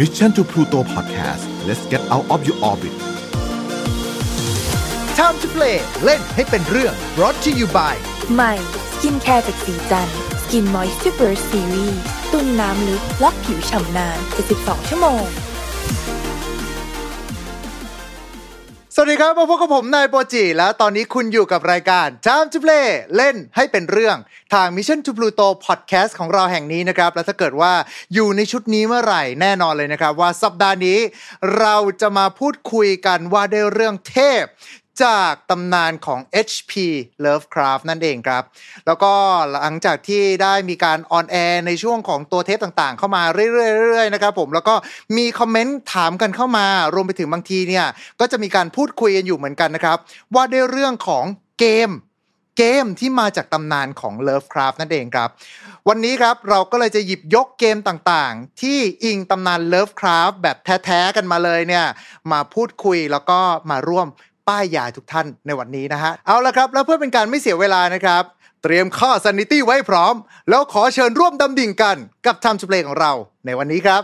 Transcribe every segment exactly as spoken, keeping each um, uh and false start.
Mission to Pluto Podcast let's get out of your orbit Time to play เล่นให้เป็นเรื่อง brought to you by ใหม่สกินแคร์จากสีจันทร์ Skin Moisture Burst Series ตุ้นน้ำลึกล็อกผิวฉ่ำนานเจ็ดสิบสองชั่วโมงสวัสดีครับมาพบกับผมนายโปจิและตอนนี้คุณอยู่กับรายการ Time to Play เล่นให้เป็นเรื่องทาง Mission to Pluto Podcast ของเราแห่งนี้นะครับและถ้าเกิดว่าอยู่ในชุดนี้เมื่อไหร่แน่นอนเลยนะครับว่าสัปดาห์นี้เราจะมาพูดคุยกันว่าด้วยเรื่องเทพจากตำนานของ เอช พี Lovecraft นั่นเองครับแล้วก็หลังจากที่ได้มีการออนแอร์ในช่วงของตัวเทปต่างๆเข้ามาเรื่อยๆๆนะครับผมแล้วก็มีคอมเมนต์ถามกันเข้ามารวมไปถึงบางทีเนี่ยก็จะมีการพูดคุยกันอยู่เหมือนกันนะครับว่าด้วยเรื่องของเกมเกมที่มาจากตำนานของ Lovecraft นั่นเองครับวันนี้ครับเราก็เลยจะหยิบยกเกมต่างๆที่อิงตำนาน Lovecraft แบบแท้ๆกันมาเลยเนี่ยมาพูดคุยแล้วก็มาร่วมป้ายยาทุกท่านในวันนี้นะฮะเอาละครับแล้วเพื่อเป็นการไม่เสียเวลานะครับเตรียมค่า Sanity ไว้พร้อมแล้วขอเชิญร่วมดำดิ่งกันกับ Time to Play ของเราในวันนี้ครับ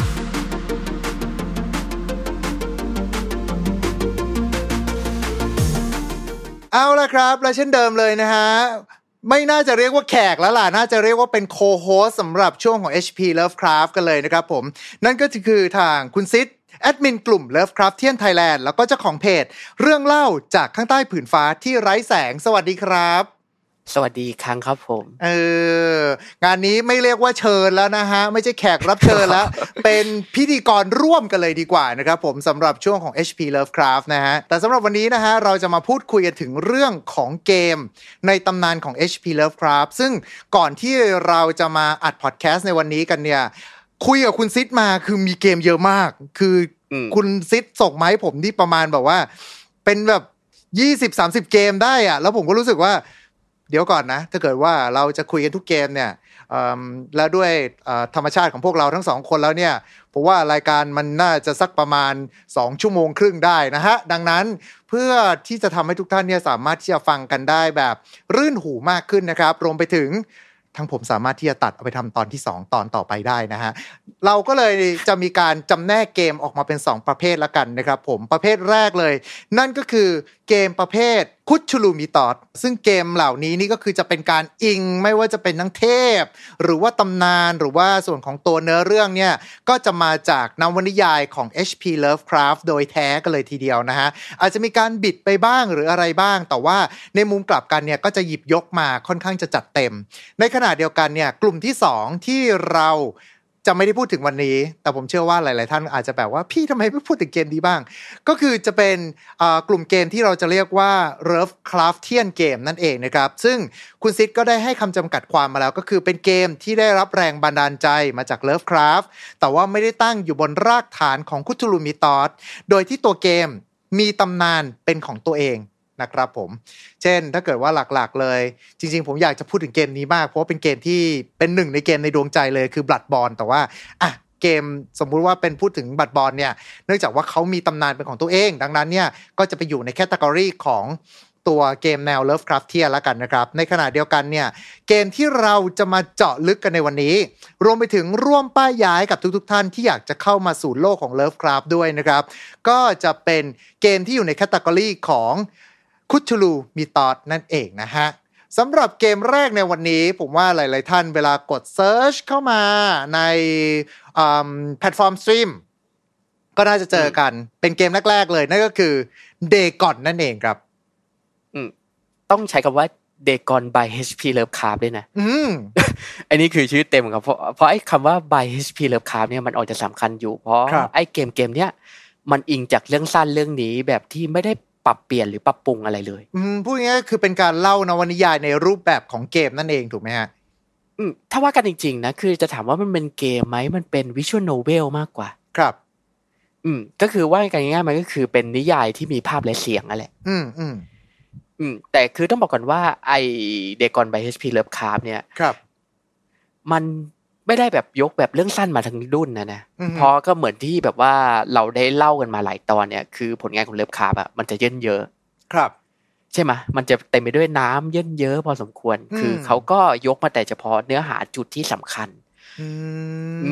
เอาละครับและเช่นเดิมเลยนะฮะไม่น่าจะเรียกว่าแขกแล้วล่ะน่าจะเรียกว่าเป็นโคโฮสสำหรับช่วงของ เอช พี Lovecraft กันเลยนะครับผมนั่นก็คือทางคุณซิดแอดมินกลุ่ม Lovecraftian Thailand แล้วก็เจ้าของเพจเรื่องเล่าจากข้างใต้ผืนฟ้าที่ไร้แสงสวัสดีครับสวัสดีครั้งครับผมเอองานนี้ไม่เรียกว่าเชิญแล้วนะฮะไม่ใช่แขกรับเชิญแล้ว เป็นพิธีกรร่วมกันเลยดีกว่านะครับผมสำหรับช่วงของ เอช พี Lovecraft นะฮะแต่สำหรับวันนี้นะฮะเราจะมาพูดคุยกันถึงเรื่องของเกมในตำนานของ เอช พี Lovecraft ซึ่งก่อนที่เราจะมาอัดพอดแคสต์ในวันนี้กันเนี่ยคุยกับคุณซิดมาคือมีเกมเยอะมากคือคุณซิดส่งมาให้ผมที่ประมาณแบบว่าเป็นแบบ ยี่สิบถึงสามสิบ เกมได้อะแล้วผมก็รู้สึกว่าเดี๋ยวก่อนนะถ้าเกิดว่าเราจะคุยกันทุกเกมเนี่ยแล้วด้วยธรรมชาติของพวกเราทั้งสองคนแล้วเนี่ยผมว่ารายการมันน่าจะสักประมาณสองชั่วโมงครึ่งได้นะฮะดังนั้นเพื่อที่จะทำให้ทุกท่านเนี่ยสามารถที่จะฟังกันได้แบบรื่นหูมากขึ้นนะครับรวมไปถึงทั้งผมสามารถที่จะตัดเอาไปทำตอนที่สองตอนต่อไปได้นะฮะเราก็เลยจะมีการจำแนกเกมออกมาเป็นสองประเภทละกันนะครับผมประเภทแรกเลยนั่นก็คือเกมประเภทคุชลูมิตอดซึ่งเกมเหล่านี้นี่ก็คือจะเป็นการอิงไม่ว่าจะเป็นทั้งเทพหรือว่าตำนานหรือว่าส่วนของตัวเนื้อเรื่องเนี่ยก็จะมาจากนวนิยายของ เอช พี Lovecraft โดยแท้กันเลยทีเดียวนะฮะอาจจะมีการบิดไปบ้างหรืออะไรบ้างแต่ว่าในมุมกลับกันเนี่ยก็จะหยิบยกมาค่อนข้างจะจัดเต็มในขณะเดียวกันเนี่ยกลุ่มที่สองที่เราจะไม่ได้พูดถึงวันนี้แต่ผมเชื่อว่าหลายๆท่านอาจจะแบบว่าพี่ทำไมไม่พูดถึงเกมนี้บ้างก็คือจะเป็นกลุ่มเกมที่เราจะเรียกว่า Lovecraftian เกมนั่นเองนะครับซึ่งคุณซิดก็ได้ให้คำจำกัดความมาแล้วก็คือเป็นเกมที่ได้รับแรงบันดาลใจมาจาก Lovecraft แต่ว่าไม่ได้ตั้งอยู่บนรากฐานของคุทูลูมิตอสโดยที่ตัวเกมมีตำนานเป็นของตัวเองนะครับผมเช่นถ้าเกิดว่าหลักๆเลยจริงๆผมอยากจะพูดถึงเกมนี้มากเพราะว่าเป็นเกมที่เป็นหนึ่งในเกมในดวงใจเลยคือ Bloodborne แต่ว่าอ่ะเกมสมมุติว่าเป็นพูดถึง Bloodborne เนี่ยเนื่องจากว่าเขามีตำนานเป็นของตัวเองดังนั้นเนี่ยก็จะไปอยู่ในแคตตากรีของตัวเกมแนว Lovecraftian แล้วกันนะครับในขณะเดียวกันเนี่ยเกมที่เราจะมาเจาะลึกกันในวันนี้รวมไปถึงร่วมป้ายยาให้กับทุกๆท่านที่อยากจะเข้ามาสู่โลกของ Lovecraft ด้วยนะครับก็จะเป็นเกมที่อยู่ในแคตตากรีของคุทูลูมิตอสนั่นเองนะฮะสำหรับเกมแรกในวันนี้ผมว่าหลายๆท่านเวลากดเซิร์ชเข้ามาในแพลตฟอร์มสตรีมก็น่าจะเจอกันเป็นเกมแรกๆเลยนั่นก็คือ Dagon นั่นเองครับอืมต้องใช้คำว่า Dagon by เอช พี Lovecraft ด้วยนะอืม อันนี้คือชื่อเต็มครับเพราะเพราะไอ้คำว่า by เอช พี Lovecraft เนี่ยมันออกจะสำคัญอยู่เพราะไอ้เกมเกมเนี้ยมันอิงจากเรื่องสั้นเรื่องนี้แบบที่ไม่ได้ปรับเปลี่ยนหรือปรับปรุงอะไรเลยอืมพูดง่ายๆคือเป็นการเล่านวนิยายในรูปแบบของเกมนั่นเองถูกไหมฮะอืมถ้าว่ากันจริงๆนะคือจะถามว่ามันเป็นเกมไหมมันเป็นวิชวลโนเวลมากกว่าครับอืมก็คือว่ากันง่ายๆมันก็คือเป็นนิยายที่มีภาพและเสียงนั่นแหละอืมอืมอืมแต่คือต้องบอกก่อนว่าไอ้ Dagon by เอช พี Lovecraft เนี่ยครับมันไม่ได้แบบยกแบบเรื่องสั้นมาทั้งรุ่นนะนะเพราะก็เหมือนที่แบบว่าเราได้เล่ากันมาหลายตอนเนี่ยคือผลงานของ Lovecraft อ่ะมันจะเยินเยอะครับใช่ไหมมันจะเต็มไปด้วยน้ำเยินเยอะพอสมควรคือเขาก็ยกมาแต่เฉพาะเนื้อหาจุดที่สำคัญอืม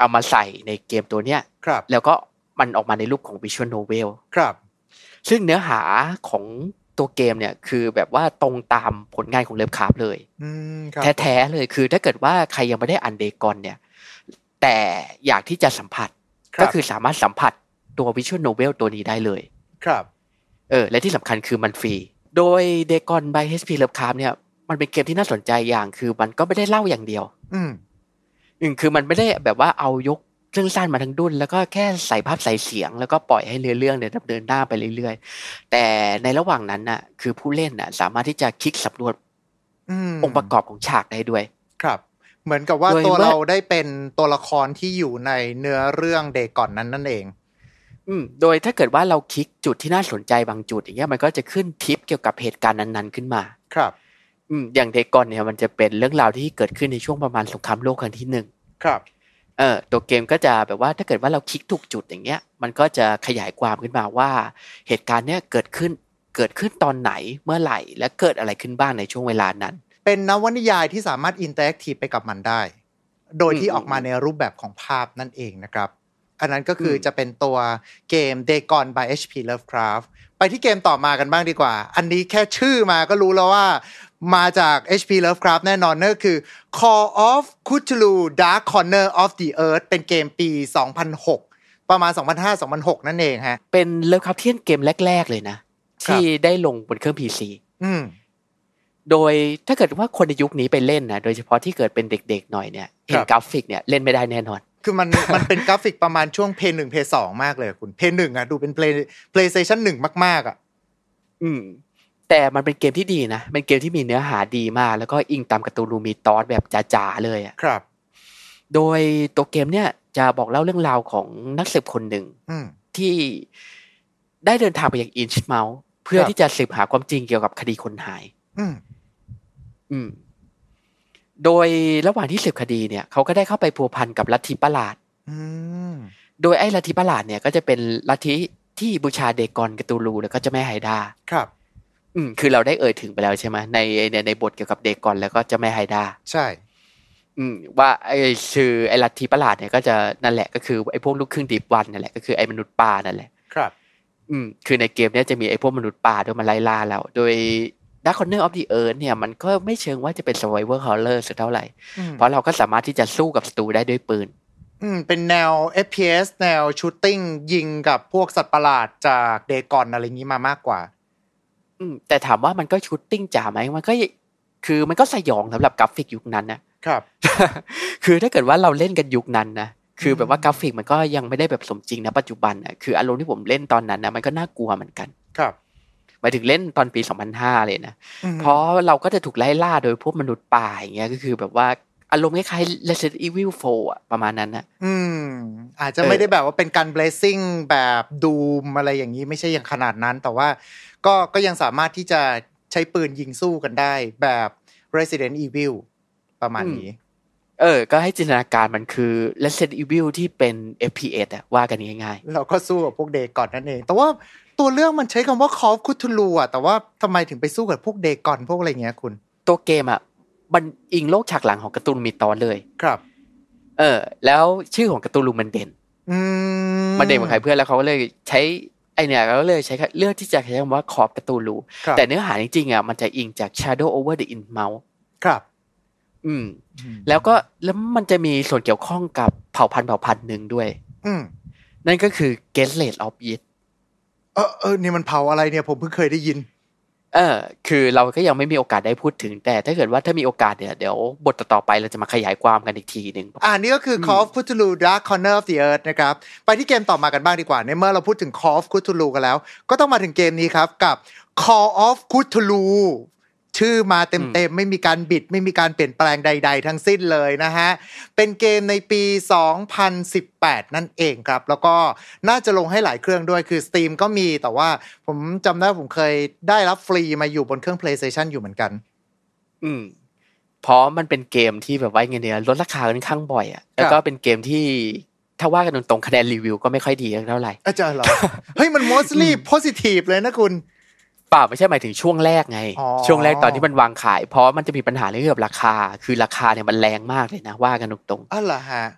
เอามาใส่ในเกมตัวเนี้ยครับแล้วก็มันออกมาในรูปของ Visual Novel ครับซึ่งเนื้อหาของตัวเกมเนี่ยคือแบบว่าตรงตามผลงานของเลิฟคราฟเลยแท้ๆเลยคือถ้าเกิดว่าใครยังไม่ได้อ่านเดกอนเนี่ยแต่อยากที่จะสัมผัสก็คือสามารถสัมผัสตัว Visual Novel ตัวนี้ได้เลยครับเออและที่สำคัญคือมันฟรีโดย Dagon by เอช พี Lovecraft เนี่ยมันเป็นเกมที่น่าสนใจอย่างคือมันก็ไม่ได้เล่าอย่างเดียวอืมอืมคือมันไม่ได้แบบว่าเอายกเรื่องสั้นมาทั้งดุนแล้วก็แค่ใส่ภาพใส่เสียงแล้วก็ปล่อยให้เรื่องเนี่ยดำเนินหน้าไปเรื่อยๆแต่ในระหว่างนั้นน่ะคือผู้เล่นน่ะสามารถที่จะคลิกสำรวจองค์ประกอบของฉากได้ด้วยครับเหมือนกับว่าตัวเราได้เป็นตัวละครที่อยู่ในเนื้อเรื่องเดกอนนั้นนั่นเองอืมโดยถ้าเกิดว่าเราคลิกจุดที่น่าสนใจบางจุดอย่างเงี้ยมันก็จะขึ้นทิปเกี่ยวกับเหตุการณ์นั้นๆขึ้นมาครับอืมอย่างเดกอนเนี่ยมันจะเป็นเรื่องราวที่เกิดขึ้นในช่วงประมาณสงครามโลกครั้งที่หนึ่งครับเออตัวเกมก็จะแบบว่าถ้าเกิดว่าเราคลิกถูกจุดอย่างเงี้ยมันก็จะขยายความขึ้นมาว่าเหตุการณ์เนี้ยเกิดขึ้นเกิดขึ้นตอนไหนเมื่อไหร่และเกิดอะไรขึ้นบ้างในช่วงเวลานั้นเป็นนวนิยายที่สามารถอินเตอร์แอคทีฟไปกับมันได้โดยที่ออกมาในรูปแบบของภาพนั่นเองนะครับอันนั้นก็คือจะเป็นตัวเกม Dagon by เอช พี Lovecraft ไปที่เกมต่อมากันบ้างดีกว่าอันนี้แค่ชื่อมาก็รู้แล้วว่ามาจาก เอช พี Lovecraft แน่นอนนั่นก็คือ Call of Cthulhu Dark Corner of the Earth เป็นเกมปีสองพันหกประมาณ สองพันห้า สองพันหก นั่นเองฮะเป็น Lovecraftian เกมแรกๆเลยนะที่ได้ลงบนเครื่อง พี ซีอืมโดยถ้าเกิดว่าคนในยุคนี้ไปเล่นนะโดยเฉพาะที่เกิดเป็นเด็กๆหน่อยเนี่ยเห็นกราฟิกเนี่ยเล่นไม่ได้แน่นอนคือมันมันเป็นกราฟิกประมาณช่วง พี หนึ่ง พี สอง มากเลยคุณ พี หนึ่ง อ่ะดูเป็น Play PlayStation หนึ่งมากๆอ่ะอืมแต่มันเป็นเกมที่ดีนะเป็นเกมที่มีเนื้อหาดีมากแล้วก็อิงตามการ์ตูนลูมิตอสแบบจ๋าๆเลยอ่ะครับโดยตัวเกมเนี่ยจะบอกเล่าเรื่องราวของนักสืบคนหนึ่งที่ได้เดินทางไปยังอินช์เมาส์เพื่อที่จะสืบหาความจริงเกี่ยวกับคดีคนหายอืมอืมโดยระหว่างที่สืบคดีเนี่ยเขาก็ได้เข้าไปพัวพันกับลัทธิประหลาดโดยไอ้ลัทธิประหลาดเนี่ยก็จะเป็นลัทธิที่บูชาเดกอนกตูลูแล้วก็เจ้าแม่ไฮดาครับอืมคือเราได้เอ่ยถึงไปแล้วใช่ไหมในในในบทเกี่ยวกับเดกอนแล้วก็เจ้าแม่ไฮดาใช่อืมว่าไอ้ชื่อไอ้ลัทธิประหลาดเนี่ยก็จะนั่นแหละก็คือไอ้พวกลูกครึ่งดีปวันนั่นแหละก็คือไอ้มนุษย์ป่านั่นแหละครับอืมคือในเกมเนี้ยจะมีไอ้พวกมนุษย์ป่าด้วยมาไล่ล่าเราโดยDark Corner of the Earth เนี่ยมันก็ไม่เชิงว่าจะเป็น Survivor Horror สักเท่าไหร่เพราะเราก็สามารถที่จะสู้กับศัตรูได้ด้วยปืนอืมเป็นแนว เอฟ พี เอส แนวชูตติ้งยิงกับพวกสัตว์ประหลาดจากเดกอนอะไรงี้มามากกว่าอืมแต่ถามว่ามันก็ชูตติ้งจ๋าไหมมันก็คือมันก็สยองสำหรับกราฟิกยุคนั้นนะครับ คือถ้าเกิดว่าเราเล่นกันยุคนั้นนะคือแบบว่ากราฟิกมันก็ยังไม่ได้แบบสมจริงนะปัจจุบันน่ะคืออารมณ์ที่ผมเล่นตอนนั้นนะมันก็น่ากลัวเหมือนกันครับหมายถึงเล่นตอนปีสองพันห้าเลยนะเพราะเราก็จะถูกไล่ล่าโดยพวกมนุษย์ป่าอย่างเงี้ยก็คือแบบว่าอารมณ์คล้ายๆ Resident Evil โฟร์อ่ะประมาณนั้นนะอืมอาจจะไม่ได้แบบว่าเป็นการ blazing แบบ Doom อะไรอย่างนี้ไม่ใช่อย่างขนาดนั้นแต่ว่าก็ก็ยังสามารถที่จะใช้ปืนยิงสู้กันได้แบบ Resident Evil ประมาณนี้เออก็ให้จินตนาการมันคือ Resident Evil ที่เป็น เอฟ พี เอส อ่ะว่ากันง่ายๆเราก็สู้กับพวกเดกอนนั่นเองแต่ว่าตัวเรื่องมันใช้คำว่า Call of Cthulhu อ่ะแต่ว่าทำไมถึงไปสู้กับพวกเดกอนพวกอะไรเงี้ยคุณตัวเกมอ่ะมันอิงโลกฉากหลังของการ์ตูนมีตอนเลยครับเออแล้วชื่อของการ์ตูนมันเด่นอืมมันเด่นกว่าใครเพื่อนแล้วเขาก็เลยใช้ไอเนี่ยเขาเลยใช้เลือกที่จะใช้คำว่าคอการ์ตูนลูแต่เนื้อหาจริงๆอ่ะมันจะอิงจาก Shadow over the Inmouth ครับอืมแล้วก็แล้วมันจะมีส่วนเกี่ยวข้องกับเผ่าพันธุ์เผ่าพันธุ์นึงด้วยอืมนั่นก็คือ Gateway of Yet เออเออนี่มันเผาอะไรเนี่ยผมเพิ่งเคยได้ยินเออคือเราก็ยังไม่มีโอกาสได้พูดถึงแต่ถ้าเกิดว่าถ้ามีโอกาสเนี่ยเดี๋ยวบทต่อๆไปเราจะมาขยายความกันอีกทีนึงอ่านี่ก็คือ Call of Cthulhu Dark Corner of the Earth นะครับไปที่เกมต่อมากันบ้างดีกว่าในเมื่อเราพูดถึง Call of Cthulhu กันแล้วก็ต้องมาถึงเกมนี้ครับกับ Call of Cthulhuชื่อมาเต็มๆไม่มีการบิดไม่มีการเปลี่ยนแปลงใดๆทั้งสิ้นเลยนะฮะเป็นเกมในปีสองพันสิบแปดนั่นเองครับแล้วก็น่าจะลงให้หลายเครื่องด้วยคือ Steam ก็มีแต่ว่าผมจำได้ผมเคยได้รับฟรีมาอยู่บนเครื่อง PlayStation อยู่เหมือนกันอืมเพราะมันเป็นเกมที่แบบว่าไงเนี่ยลดราคาค่อนข้างบ่อยอ่ะแล้วก็เป็นเกมที่ถ้าว่ากันตรงๆคะแนนรีวิวก็ไม่ค่อยดีเท่าไหร่อาจารย์เหรอเฮ้ยมัน mostly positive เลยนะคุณเปล่าไม่ใช่หมายถึงช่วงแรกไงช่วงแรกตอนที่มันวางขายเพราะมันจะมีปัญหาเรื่องเกี่ยวกับราคาคือราคาเนี่ยมันแรงมากเลยนะว่ากันตรงๆอ๋อเหรอฮะ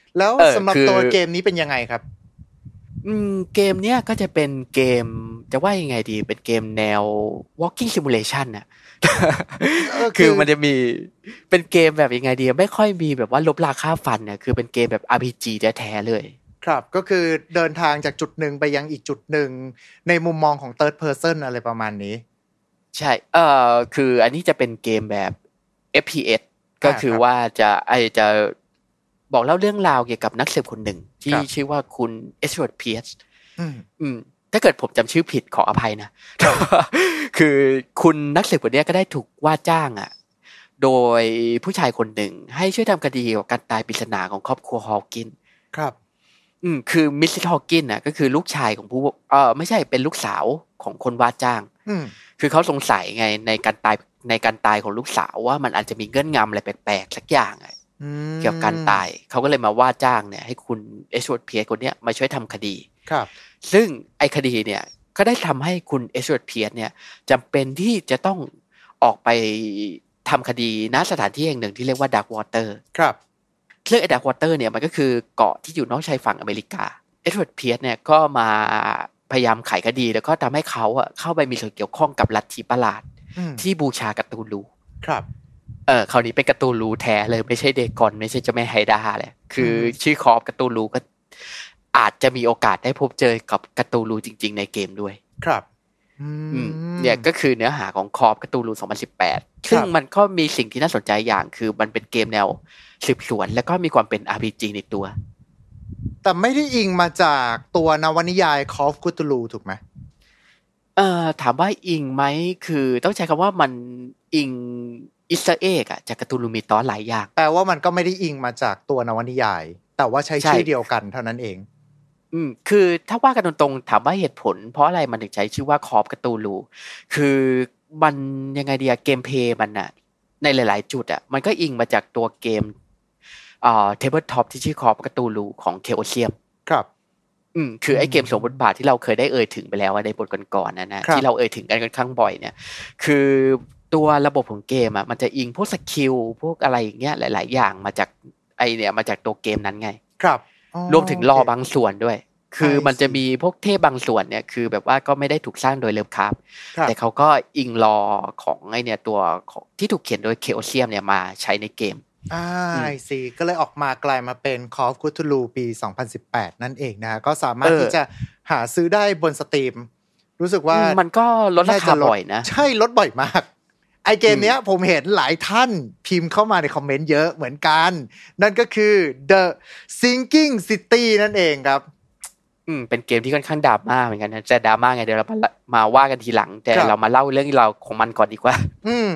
แล้วสำหรับตัวเกมนี้เป็นยังไงครับอืมเกมเนี้ยก็จะเป็นเกมจะว่ายังไงดีเป็นเกมแนว walking simulation น่ะ คือมันจะมีเป็นเกมแบบยังไงดีไม่ค่อยมีแบบว่าลบราค่าฟันเนี่ยคือเป็นเกมแบบ อาร์ พี จี แท้ๆเลยครับก็คือเดินทางจากจุดหนึ่งไปยังอีกจุดหนึ่งในมุมมองของ third person อะไรประมาณนี้ใช่เอ่อคืออันนี้จะเป็นเกมแบบ เอฟ พี เอส ก็คือว่าจะไอจะบอกเล่าเรื่องราวเกี่ยวกับนักสืบคนหนึ่งที่ชื่อว่าคุณเอชวอร์ด เพียร์สอืมถ้าเกิดผมจำชื่อผิดขออภัยนะ คือคุณนักสืบคนนี้ก็ได้ถูกว่าจ้างอ่ะโดยผู้ชายคนหนึ่งให้ช่วยทำคดีเกี่ยวกับการตายปริศนาของครอบครัวฮอว์กินครับอืมคือมิสซิสฮอว์กินน่ะก็คือลูกชายของผู้เอ่อไม่ใช่เป็นลูกสาวของคนว่าจ้างอืมคือเขาสงสัยไงในการตายในการตายของลูกสาวว่ามันอาจจะมีเงื่อนงำอะไรแปลกๆสักอย่างไงเกี่ยวกับการตายเขาก็เลยมาว่าจ้างเนี่ยให้คุณเอชวอร์ด เพียร์สคนเนี้ยมาช่วยทำคดีครับซึ่งไอ้คดีเนี่ยก็ได้ทำให้คุณเอชวอร์ด เพียร์สเนี่ยจำเป็นที่จะต้องออกไปทำคดีณสถานที่แห่งหนึ่งที่เรียกว่า Dark Water ครับซึ่งไอ้ Dark Water เนี่ยมันก็คือเกาะที่อยู่นอกชายฝั่งอเมริกาเอชวอร์ด เพียร์สเนี่ยก็มาพยายามไขคดีแล้วก็ทำให้เขาอะเข้าไปมีส่วนเกี่ยวข้องกับลัทธิประหลาดที่บูชาการ์ตูลูครับเออคราวนี้เป็นการ์ตูลูแท้เลยไม่ใช่เดกอนไม่ใช่เจ้าแม่ไฮดาเลยคือชื่อคอฟการ์ตูลูก็อาจจะมีโอกาสได้พบเจอกับการ์ตูลูจริงๆในเกมด้วยครับอืมเนี่ยก็คือเนื้อหาของคอฟการ์ตูลูสองพันสิบแปดซึ่งมันก็มีสิ่งที่น่าสนใจอย่างคือมันเป็นเกมแนวสืบสวนแล้วก็มีความเป็น อาร์ พี จี ในตัวแต่ไม่ได้อิงมาจากตัวนวนิยาย Call of Cthulhu ถูกไหมเอ่อถามว่าอิงไหมคือต้องใช้คำว่ามันอิงอิสเอกอะจากการ์ตูนลูมิตอสหลายอย่างแปลว่ามันก็ไม่ได้อิงมาจากตัวนวนิยายแต่ว่าใช้ชื่อเดียวกันเท่านั้นเองอืมคือถ้าว่ากันตรงๆถามว่าเหตุผลเพราะอะไรมันถึงใช้ชื่อว่าคอฟการ์ตูลูคือมันยังไงดีอะเกมเพลย์มันอะในหลายๆจุดอะมันก็อิงมาจากตัวเกมอ่าเทเบิลท็อปที่ชื่อคอฟการ์ตูลูของเคโอเซียมครับอืมคือไอ้เกมสมบทบาทที่เราเคยได้เอ่ยถึงไปแล้วในบทก่อนๆนะนะที่เราเอ่ยถึงกันค่อนข้างบ่อยเนี่ยคือตัวระบบของเกมอ่ะมันจะอิงพวกสกิลพวกอะไรอย่างเงี้ยหลายๆอย่างมาจากไอเนี่ยมาจากตัวเกมนั้นไงครับรวมถึงรอบางส่วนด้วยคือมันจะมีพวกเทพบางส่วนเนี่ยคือแบบว่าก็ไม่ได้ถูกสร้างโดยเลิฟคราฟต์แต่เขาก็อิงรอของไอเนี่ยตัวของที่ถูกเขียนโดยเคโอเซียมเนี่ยมาใช้ในเกมอ่าไอซีก็เลยออกมากลายมาเป็น Call of Cthulhu ปีสองพันสิบแปดนั่นเองนะก็สามารถที่จะหาซื้อได้บนสตรีมรู้สึกว่ามันก็ลดราคาบ่อยนะใช่ลดบ่อยมากไอเกมเนี้ยผมเห็นหลายท่านพิมพ์เข้ามาในคอมเมนต์เยอะเหมือนกันนั่นก็คือ The Sinking City นั่นเองครับอืมเป็นเกมที่ค่อนข้างดราม่าเหมือนกันนะแต่ดราม่าไงเดี๋ยวเรามาว่ากันทีหลังแต่เรามาเล่าเรื่องเราของมันก่อนดีกว่าอืม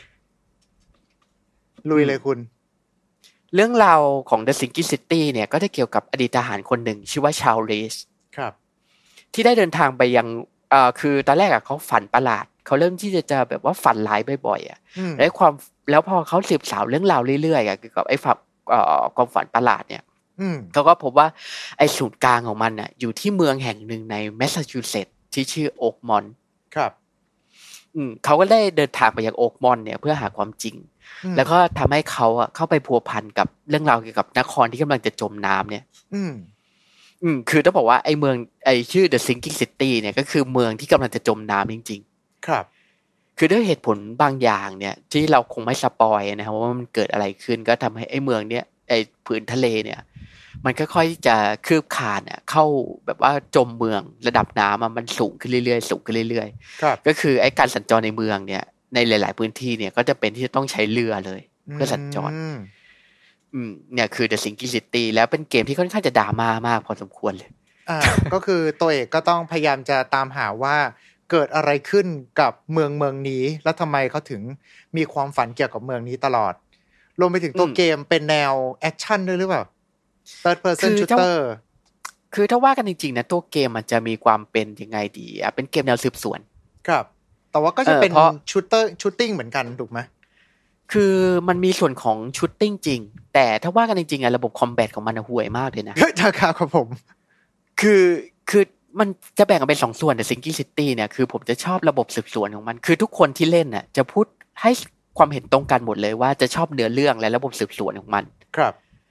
ลุยเลยคุณเรื่องราวของ The Sinking City เนี่ยก็จะเกี่ยวกับอดีตทหารคนหนึ่งชื่อว่าชาร์ลส์ครับที่ได้เดินทางไปยังเอ่อคือตอนแรกอ่ะเขาฝันประหลาดเขาเริ่มที่จะเจอแบบว่าฝันร้ายบ่อยๆอ่ะแล้วความแล้วพอเขาสืบสาวเรื่องราวเรื่อยๆอ่ะเกี่ยวกับไอ้ฝันเอ่อความฝันประหลาดเนี่ยเขาก็พบว่าไอ้ศูนย์กลางของมันน่ะอยู่ที่เมืองแห่งหนึ่งในแมสซาชูเซตส์ที่ชื่อโอ๊กมอนต์ครับอืมเขาก็ได้เดินทางไปยังโอ๊กมอนต์เนี่ยเพื่อหาความจริงแล้วก็ทำให้เขาอ่ะเข้าไปพัวพันกับเรื่องราวเกี่ยวกับนครที่กำลังจะจมน้ำเนี่ยอืมอืมคือต้องบอกว่าไอ้เมืองไอ้ชื่อ The Sinking City เนี่ยก็คือเมืองที่กำลังจะจมน้ำจริงๆครับคือด้วยเหตุผลบางอย่างเนี่ยที่เราคงไม่สปอยนะครับว่ามันเกิดอะไรขึ้นก็ทำให้ไอ้เมืองเนี้ยไอ้ผืนทะเลเนี่ยมันค่อยๆจะคืบคลานเนี่ยเข้าแบบว่าจมเมืองระดับน้ำมันสูงขึ้นเรื่อยๆสูงขึ้นเรื่อยๆก็คือไอ้การสัญจรในเมืองเนี่ยในหลายๆพื้นที่เนี่ยก็จะเป็นที่จะต้องใช้เรือเลยเพื่อสัญจรอืมเนี่ยคือ The Sinking City แล้วเป็นเกมที่ค่อนข้างจะดราม่ามากพอสมควรเลยอ่า ก็คือตัวเอกก็ต้องพยายามจะตามหาว่าเกิดอะไรขึ้นกับเมืองเมืองนี้แล้วทำไมเขาถึงมีความฝันเกี่ยวกับเมืองนี้ตลอดรวมไปถึงตัวเกมเป็นแนวแอคชั่นด้วยหรือเปล่า third person shooter คือถ้าว่ากันจริงๆนะตัวเกมมันจะมีความเป็นยังไงดีอ่ะเป็นเกมแนวสืบสวนครับแต่ว่าก็จะเป็นชูตเตอร์ชูตติ้งเหมือนกันถูกไหมคือมันมีส่วนของชูตติ้งจริงแต่ถ้าว่ากันจริงๆอ่ะระบบคอมแบทของมันห่วยมากเลยนะใช่ครับผมคือคือมันจะแบ่งออกเป็นสองส่วน The Sinking City เนี่ยคือผมจะชอบระบบสืบสวนของมันคือทุกคนที่เล่นน่ะจะพูดให้ความเห็นตรงกันหมดเลยว่าจะชอบเนื้อเรื่องและระบบสืบสวนของมันครับ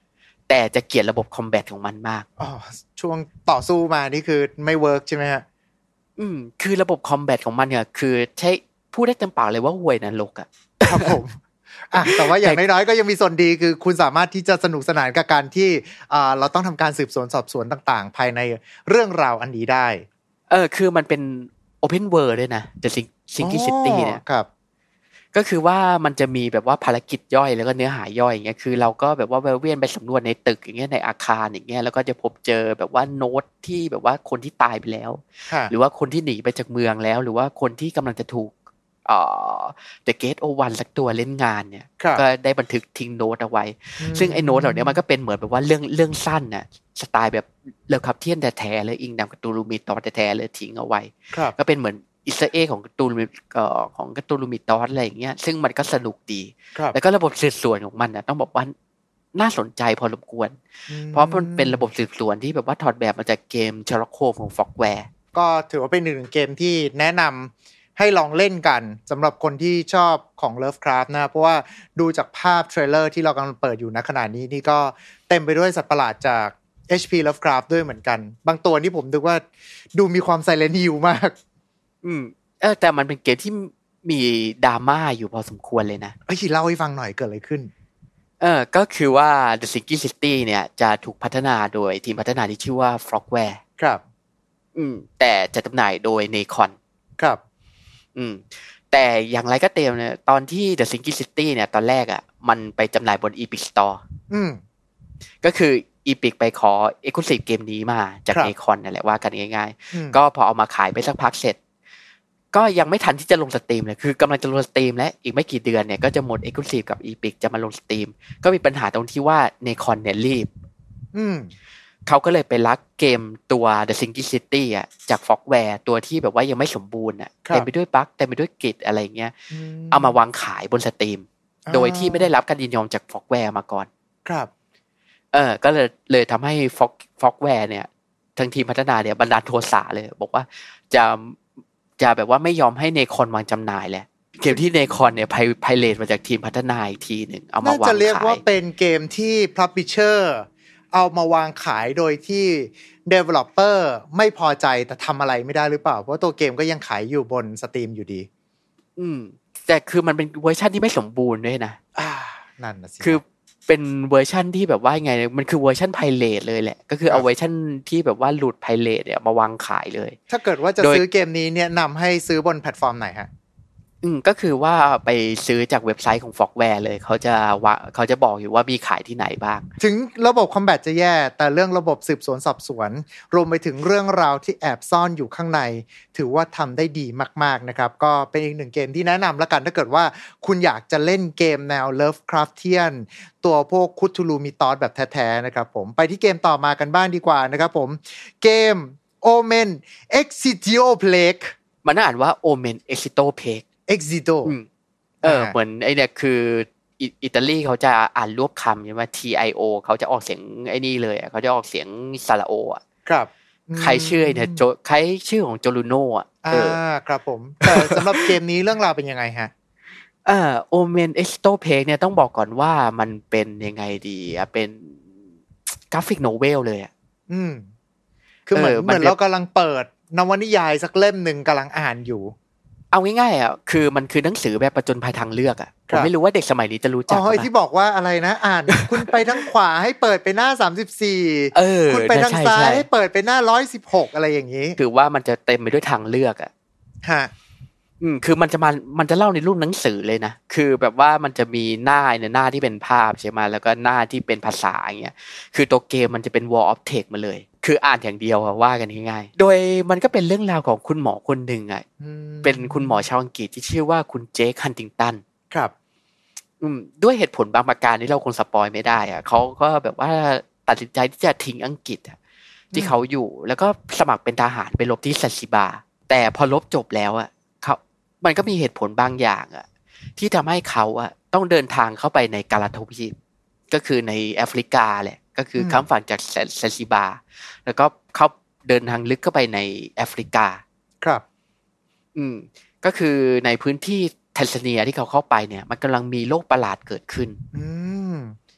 แต่จะเกลียดระบบคอมแบทของมันมากอ๋อช่วงต่อสู้มานี่คือไม่เวิร์กใช่ไหมฮะอืมคือระบบคอมแบทของมันเนี่ยคือใช้พูดได้เต็มปากเลยว่าห่วยนรกอ่ะครับผมอ่ะแต่ว่าอย่างน้อยๆก็ยังมีส่วนดีคือคุณสามารถที่จะสนุกสนานกับการที่อ่าเราต้องทำการสืบสวนสอบสวนต่างๆภายในเรื่องราวอันนี้ได้เออคือมันเป็น Open World ด้วยนะ The Sinky City เนี่ยครับก็คือว่ามันจะมีแบบว่าภารกิจย่อยแล้วก็เนื้อหาย่อยอย่างเงี้ยคือเราก็แบบว่าเวียนไปสำรวจในตึกอย่างเงี้ยในอาคารอย่างเงี้ยแล้วก็จะพบเจอแบบว่าโน้ตที่แบบว่าคนที่ตายไปแล้วหรือว่าคนที่หนีไปจากเมืองแล้วหรือว่าคนที่กำลังจะถูกเอ่อ The Gate โอ วัน สักตัวเล่นงานเนี่ยก็ได้บันทึกทิ้งโน้ตเอาไว้ซึ่งไอ้โน้ตเหล่านี้มันก็เป็นเหมือนแบบว่าเรื่องเรื่องสั้นน่ะสไตล์แบบเลิฟคัพเทียนแท้ๆเลยอิงดำกับตูรูมิตอสแท้ๆเลยทิ้งเอาไว้ก็เป็นเหมือนอิสราเอลของการ์ตูนเอ่อของการ์ตูนลูมิตอสอะไรอย่างเงี้ยซึ่งมันก็สนุกดีแล้วก็ระบบสืบสวนของมันน่ะต้องบอกว่าน่าสนใจพอสมควรเพราะมันเป็นระบบสืบสวนที่แบบว่าถอดแบบมาจากเกม Sherlock Holmes ของ Frogware ก็ถือว่าเป็นหนึ่งเกมที่แนะนำให้ลองเล่นกันสำหรับคนที่ชอบของ Lovecraft นะเพราะว่าดูจากภาพเทรลเลอร์ที่เรากำลังเปิดอยู่ณขณะนี้นี่ก็เต็มไปด้วยสัตว์ประหลาดจาก เอช พี Lovecraft ด้วยเหมือนกันบางตัวนี่ผมนึกว่าดูมีความ Silent Hill มากอืมเออแต่มันเป็นเกมที่มีดราม่าอยู่พอสมควรเลยนะเอ้ยเล่าให้ฟังหน่อยเกิดอะไรขึ้นเออก็คือว่า The Sinky City เนี่ยจะถูกพัฒนาโดยทีมพัฒนาที่ชื่อว่า Frogware ครับอืมแต่จะจำหน่ายโดย Nacon ครับอืมแต่อย่างไรก็เตมเนี่ยตอนที่ The Sinky City เนี่ยตอนแรกอ่ะมันไปจำหน่ายบน Epic Store อืมก็คือ Epic ไปขอ Exclusive เกมนี้มาจาก Nacon นั่นแหละว่ากันง่ายๆก็พอเอามาขายไปสักพักเสร็จก็ยังไม่ทันที่จะลงสตรีมเลยคือกำลังจะลงสตรีมและอีกไม่กี่เดือนเนี่ยก็จะหมด Exclusive กับ Epic จะมาลงสตรีมก็มีปัญหาตรงที่ว่า Nacon เนี่ยรีบอืมเขาก็เลยไปลักเกมตัว The Sinky City อ่ะจาก Frogware ตัวที่แบบว่ายังไม่สมบูรณ์อ่ะเต็มไปด้วยบั๊กเต็มไปด้วยกลิทอะไรเงี้ยเอามาวางขายบนสตรีมโดยที่ไม่ได้รับการยินยอมจาก Frogware มาก่อนครับเออก็เลยเลยทำให้ Frogware เนี่ยทั้งทีมพัฒนาเนี่ยบันดาลโทสะเลยบอกว่าจะจะแบบว่าไม่ยอมให้ Nacon วางจำหน่ายแหละเกมที่ Nacon เนี่ยไพเรตมาจากทีมพัฒนาอีกทีนึงเอามาวางขายน่าจะเรียกว่าเป็นเกมที่ Publisher เอามาวางขายโดยที่ Developer ไม่พอใจแต่ทำอะไรไม่ได้หรือเปล่าเพราะตัวเกมก็ยังขายอยู่บน Steam อยู่ดีอืมแต่คือมันเป็นเวอร์ชันที่ไม่สมบูรณ์ด้วยนะอ่านั่นน่ะสิคือเป็นเวอร์ชันที่แบบว่าไงมันคือเวอร์ชันไพเรตเลยแหละก็คือเอาเวอร์ชันที่แบบว่าหลุดไพเรตเนี่ยมาวางขายเลยถ้าเกิดว่าจะซื้อเกมนี้เนี่ยนำให้ซื้อบนแพลตฟอร์มไหนฮะอืมก็คือว่าไปซื้อจากเว็บไซต์ของ Frogware เลยเขาจะว่าเขาจะบอกอยู่ว่ามีขายที่ไหนบ้างถึงระบบคอมแบทจะแย่แต่เรื่องระบบสืบสวนสอบสวนรวมไปถึงเรื่องราวที่แอบซ่อนอยู่ข้างในถือว่าทำได้ดีมากๆนะครับก็เป็นอีกหนึ่งเกมที่แนะนำละกันถ้าเกิดว่าคุณอยากจะเล่นเกมแนว Lovecraftian ตัวพวกคุทูลูมิตอสแบบแท้ๆนะครับผมไปที่เกมต่อมากันบ้างดีกว่านะครับผมเกม Omen Exitio Plague มันอ่านว่า Omen Exitio Plague Exito เออเหมือนไอเนี่ยคืออิตาลีเขาจะอ่านรวบคำใช่ไหม ที ไอ โอ เขาจะออกเสียงไอ้นี่เลยอ่ะเขาจะออกเสียงซาลาโออ่ะครับใครชื่อเนี่ยโจใครชื่อของโจลูโน่อ่ะอ่าครับผมแต่สำหรับเกมนี้เรื่องราวเป็นยังไงฮะอ่า Omen Exito Plague เนี่ยต้องบอกก่อนว่ามันเป็นยังไงดีอ่ะเป็นกราฟิกโนเวลเลยอ่ะอืมคือเหมือนเหมือนเรากำลังเปิดนวนิยายสักเล่มนึงกำลังอ่านอยู่เอาง่ายๆอ่ะคือมันคือหนังสือแบบประจนภัยทางเลือกอ่ะผมไม่รู้ว่าเด็กสมัยนี้จะรู้จักอ๋อที่บอกว่าอะไรนะอ่านคุณไปทางขวาให้เปิดไปหน้าสามสิบสี่เออคุณไปทางซ้ายให้เปิดไปหน้าหนึ่งร้อยสิบหกอะไรอย่างงี้คือว่ามันจะเต็มไปด้วยทางเลือกอ่ะฮะอืมคือมันจะมามันจะเล่าในรูปหนังสือเลยนะคือแบบว่ามันจะมีหน้าในหน้าที่เป็นภาพใช่ไหมแล้วก็หน้าที่เป็นภาษาอย่างเงี้ยคือตัวเกมมันจะเป็น wall of text มาเลยคืออ่านอย่างเดียวว่ากันง่ายๆโดยมันก็เป็นเรื่องราวของคุณหมอคนหนึ่งอ่ะเป็นคุณหมอชาวอังกฤษที่ชื่อว่าคุณเจคฮันติงตันครับอืมด้วยเหตุผลบางประการที่เราคงสปอยไม่ได้อ่ะเขาก็แบบว่าตัดสินใจที่จะทิ้งอังกฤษอ่ะที่เขาอยู่แล้วก็สมัครเป็นทหารไปรบที่ซันซิบาร์แต่พอรบจบแล้วอ่ะเขามันก็มีเหตุผลบางอย่างอ่ะที่ทำให้เขาอ่ะต้องเดินทางเข้าไปในกาลาทวีปก็คือในแอฟริกาแหละก็คือข้ามฝั่งจากซันซิบาร์แล้วก็เขาเดินทางลึกเข้าไปในแอฟริกาครับอืมก็คือในพื้นที่แทนซาเนียที่เขาเข้าไปเนี่ยมันกำลังมีโรคประหลาดเกิดขึ้นอืม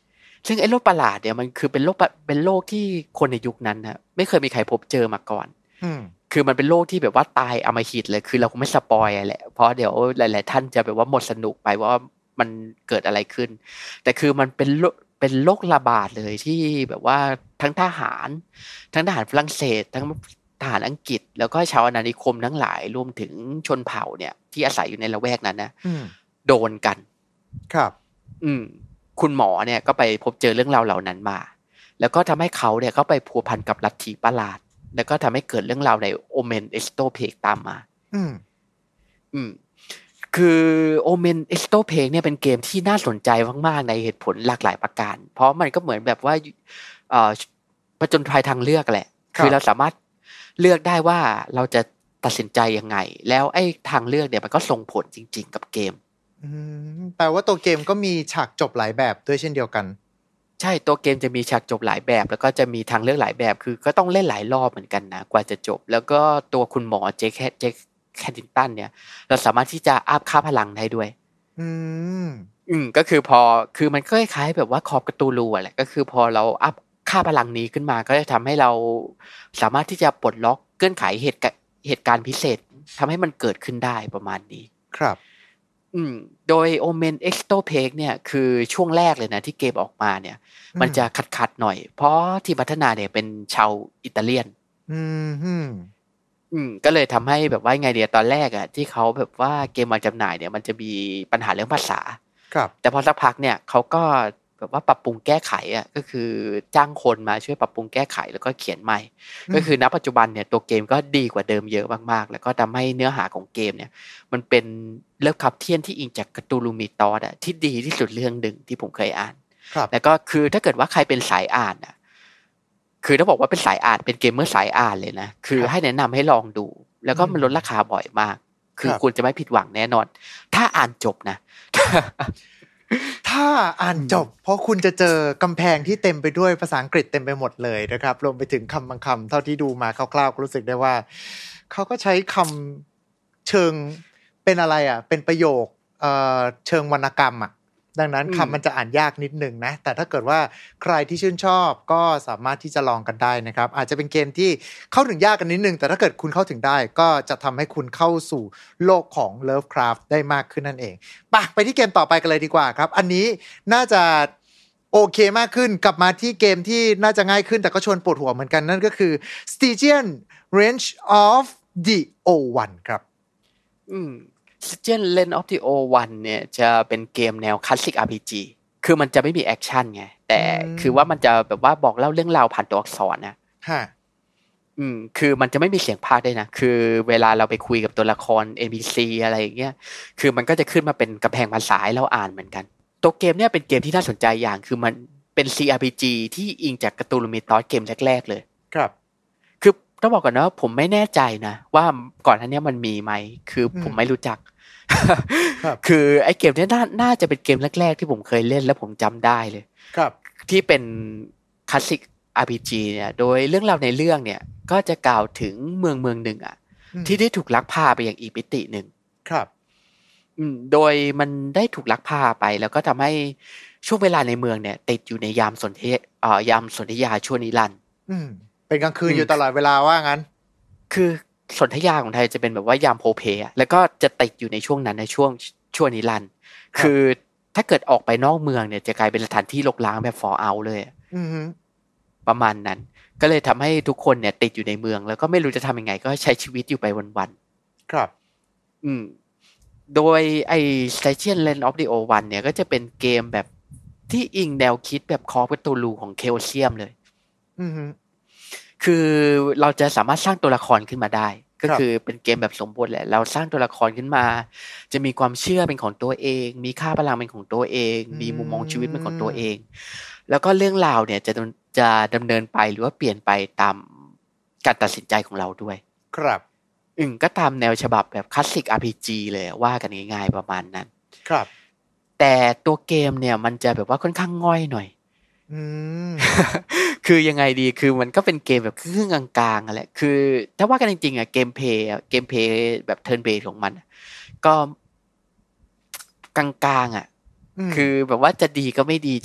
ซึ่งไอ้โรคประหลาดเนี่ยมันคือเป็นโรคเป็นโรคที่คนในยุคนั้นนะไม่เคยมีใครพบเจอมาก่อนคือมันเป็นโรคที่แบบว่าตายอำมหิตเลยคือเราคงไม่สปอยแหละเพราะเดี๋ยวหลายๆท่านจะแบบว่าหมดสนุกไปว่ามันเกิดอะไรขึ้นแต่คือมันเป็นเป็นโรคระบาดเลยที่แบบว่าทั้งทหารทั้งทหารฝรั่งเศสทั้งทหารอังกฤษแล้วก็ชาวอาณานิคมทั้งหลายรวมถึงชนเผ่าเนี่ยที่อาศัยอยู่ในละแวกนั้นนะโดนกันครับอืมคุณหมอเนี่ยก็ไปพบเจอเรื่องราวเหล่านั้นมาแล้วก็ทำให้เขาเนี่ยก็ไปพัวพันกับลัทธิประหลาดแล้วก็ทำให้เกิดเรื่องราวในโอเมนเอ็กซ์โตเพกตามมาอืมอืมคือโอเมนเอ็กซ์โตเพกเนี่ยเป็นเกมที่น่าสนใจมากๆในเหตุผลหลากหลายประการเพราะมันก็เหมือนแบบว่าเอ่อผจญภัยทางเลือกแหละคือเราสามารถเลือกได้ว่าเราจะตัดสินใจยังไงแล้วไอ้ทางเลือกเนี่ยมันก็ส่งผลจริงๆกับเกมอืมแปลว่าตัวเกมก็มีฉากจบหลายแบบด้วยเช่นเดียวกันใช่ตัวเกมจะมีฉากจบหลายแบบแล้วก็จะมีทางเลือกหลายแบบคือก็ต้องเล่นหลายรอบเหมือนกันนะกว่าจะจบแล้วก็ตัวคุณหมอเจคเจคแคดินตันเนี่ยเราสามารถที่จะอัพค่าพลังได้ด้วยอืมอืมก็คือพอคือมันก็คล้ายๆแบบว่าคอบกระตูรูแหละก็คือพอเราอัพค่าพลังนี้ขึ้นมาก็จะทำให้เราสามารถที่จะปลดล็อกเงื่อนไขเหตุเหตุการณ์พิเศษทำให้มันเกิดขึ้นได้ประมาณนี้ครับอืมโดย Omen Extopake เนี่ยคือช่วงแรกเลยนะที่เกมออกมาเนี่ยมันจะขัดๆหน่อยเพราะที่พัฒนาเนี่ยเป็นชาวอิตาเลียนอืมอืมอืมก็เลยทำให้แบบว่าไงเดียตอนแรกอ่ะที่เขาแบบว่าเกมมาจำหน่ายเนี่ยมันจะมีปัญหาเรื่องภาษาครับแต่พอสักพักเนี่ยเขาก็แบบว่าปรับปรุงแก้ไขอ่ะก็คือจ้างคนมาช่วยปรับปรุงแก้ไขแล้วก็เขียนใหม่ก็คือณปัจจุบันเนี่ยตัวเกมก็ดีกว่าเดิมเยอะมากๆแล้วก็ทำให้เนื้อหาของเกมเนี่ยมันเป็นเลิฟคับเทียนที่อิงจากการ์ตูนลูมิตอสอ่ะที่ดีที่สุดเรื่องหนึ่งที่ผมเคยอ่านแล้วก็คือถ้าเกิดว่าใครเป็นสายอ่านอ่ะคือถ้าบอกว่าเป็นสายอ่านเป็นเกมเมอร์สายอ่านเลยนะคือให้แนะนำให้ลองดูแล้วก็มันลดราคาบ่อยมากคือคุณจะไม่ผิดหวังแน่นอนถ้าอ่านจบนะถ้าอ่านจบเพราะคุณจะเจอกำแพงที่เต็มไปด้วยภาษาอังกฤษเต็มไปหมดเลยนะครับรวมไปถึงคำบางคำเท่าที่ดูมาคร่าวๆก็รู้สึกได้ว่าเขาก็ใช้คำเชิงเป็นอะไรอ่ะเป็นประโยคเอ่อเชิงวรรณกรรมอ่ะดังนั้นคำมันจะอ่านยากนิดนึงนะแต่ถ้าเกิดว่าใครที่ชื่นชอบก็สามารถที่จะลองกันได้นะครับอาจจะเป็นเกมที่เข้าถึงยากกันนิดนึงแต่ถ้าเกิดคุณเข้าถึงได้ก็จะทำให้คุณเข้าสู่โลกของ Lovecraft ได้มากขึ้นนั่นเองไปไปที่เกมต่อไปกันเลยดีกว่าครับอันนี้น่าจะโอเคมากขึ้นกลับมาที่เกมที่น่าจะง่ายขึ้นแต่ก็ชวนปวดหัวเหมือนกันนั่นก็คือ Stygian Range of the โอ วัน ครับอืมStygian Range of the โอ วัน เนี่ยจะเป็นเกมแนวคลาสสิก อาร์ พี จี คือมันจะไม่มีแอคชั่นไงแต่คือว่ามันจะแบบว่าบอกเล่าเรื่องราวผ่านตัวอักษรนะฮะอืมคือมันจะไม่มีเสียงพากย์ด้วยนะคือเวลาเราไปคุยกับตัวละคร เอ็น พี ซี อะไรอย่างเงี้ยคือมันก็จะขึ้นมาเป็นกำแพงภาษาให้เราอ่านเหมือนกันตัวเกมเนี่ยเป็นเกมที่น่าสนใจอย่างคือมันเป็น ซี อาร์ พี จี ที่อิงจากการ์ตูนลูมิตอสเกมแรกๆเลยครับคือต้องบอกก่อนนะผมไม่แน่ใจนะว่าก่อนหน้านี้มันมีไหมคือผมไม่รู้จักคือไอ้เกมนี้น่าน่าจะเป็นเกมแรกๆที่ผมเคยเล่นแล้วผมจำได้เลยครับที่เป็นคลาสสิก อาร์ พี จี เนี่ยโดยเรื่องราวในเรื่องเนี่ยก็จะกล่าวถึงเมืองเมืองหนึ่งอ่ะที่ได้ถูกลักพาไปอย่างอีกมิติหนึ่งครับอืมโดยมันได้ถูกลักพาไปแล้วก็ทำให้ช่วงเวลาในเมืองเนี่ยติดอยู่ในยามสนธิเอ่อยามสนธยาชั่วนิรันดร์อืมเป็นกลางคืนอยู่ตลอดเวลาว่างั้นคือสนธยาของไทยจะเป็นแบบว่ายามโพเพอ่ะแล้วก็จะติดอยู่ในช่วงนั้นในช่วงชั่วนิรันดร์คือถ้าเกิดออกไปนอกเมืองเนี่ยจะกลายเป็นสถานที่รกร้างแบบ Fallout เลยอือฮึประมาณนั้นก็เลยทำให้ทุกคนเนี่ยติดอยู่ในเมืองแล้วก็ไม่รู้จะทำยังไงก็ใช้ชีวิตอยู่ไปวันๆครับอืมโดยไอ้ Stygian Range of the โอ วัน เนี่ยก็จะเป็นเกมแบบที่อิงแนวคิดแบบคอร์ปตูลูของเคโอเซียมเลยอือฮึคือเราจะสามารถสร้างตัวละครขึ้นมาได้ก็คือเป็นเกมแบบสมบูรณ์แหละเราสร้างตัวละครขึ้นมาจะมีความเชื่อเป็นของตัวเองมีค่าพลังเป็นของตัวเองมีมุมมองชีวิตเป็นของตัวเองแล้วก็เรื่องราวเนี่ยจะจะดำเนินไปหรือว่าเปลี่ยนไปตามการตัดสินใจของเราด้วยครับอืมก็ตามแนวฉบับแบบคลาสสิก อาร์ พี จี เลยว่ากันง่ายๆประมาณนั้นครับแต่ตัวเกมเนี่ยมันจะแบบว่าค่อนข้างง่อยหน่อยอืมคือยังไงดีคือมันก็เป็นเกมแบบครึ่งกลางๆอ่ะแหละคือถ้าว่ากันจริงๆอ่ะเกมเพลย์เกมเพลย์แบบเทิร์นเบสของมันก็กลางๆอ่ะคือแบบว่าจะดีก็ไม่ดีจะ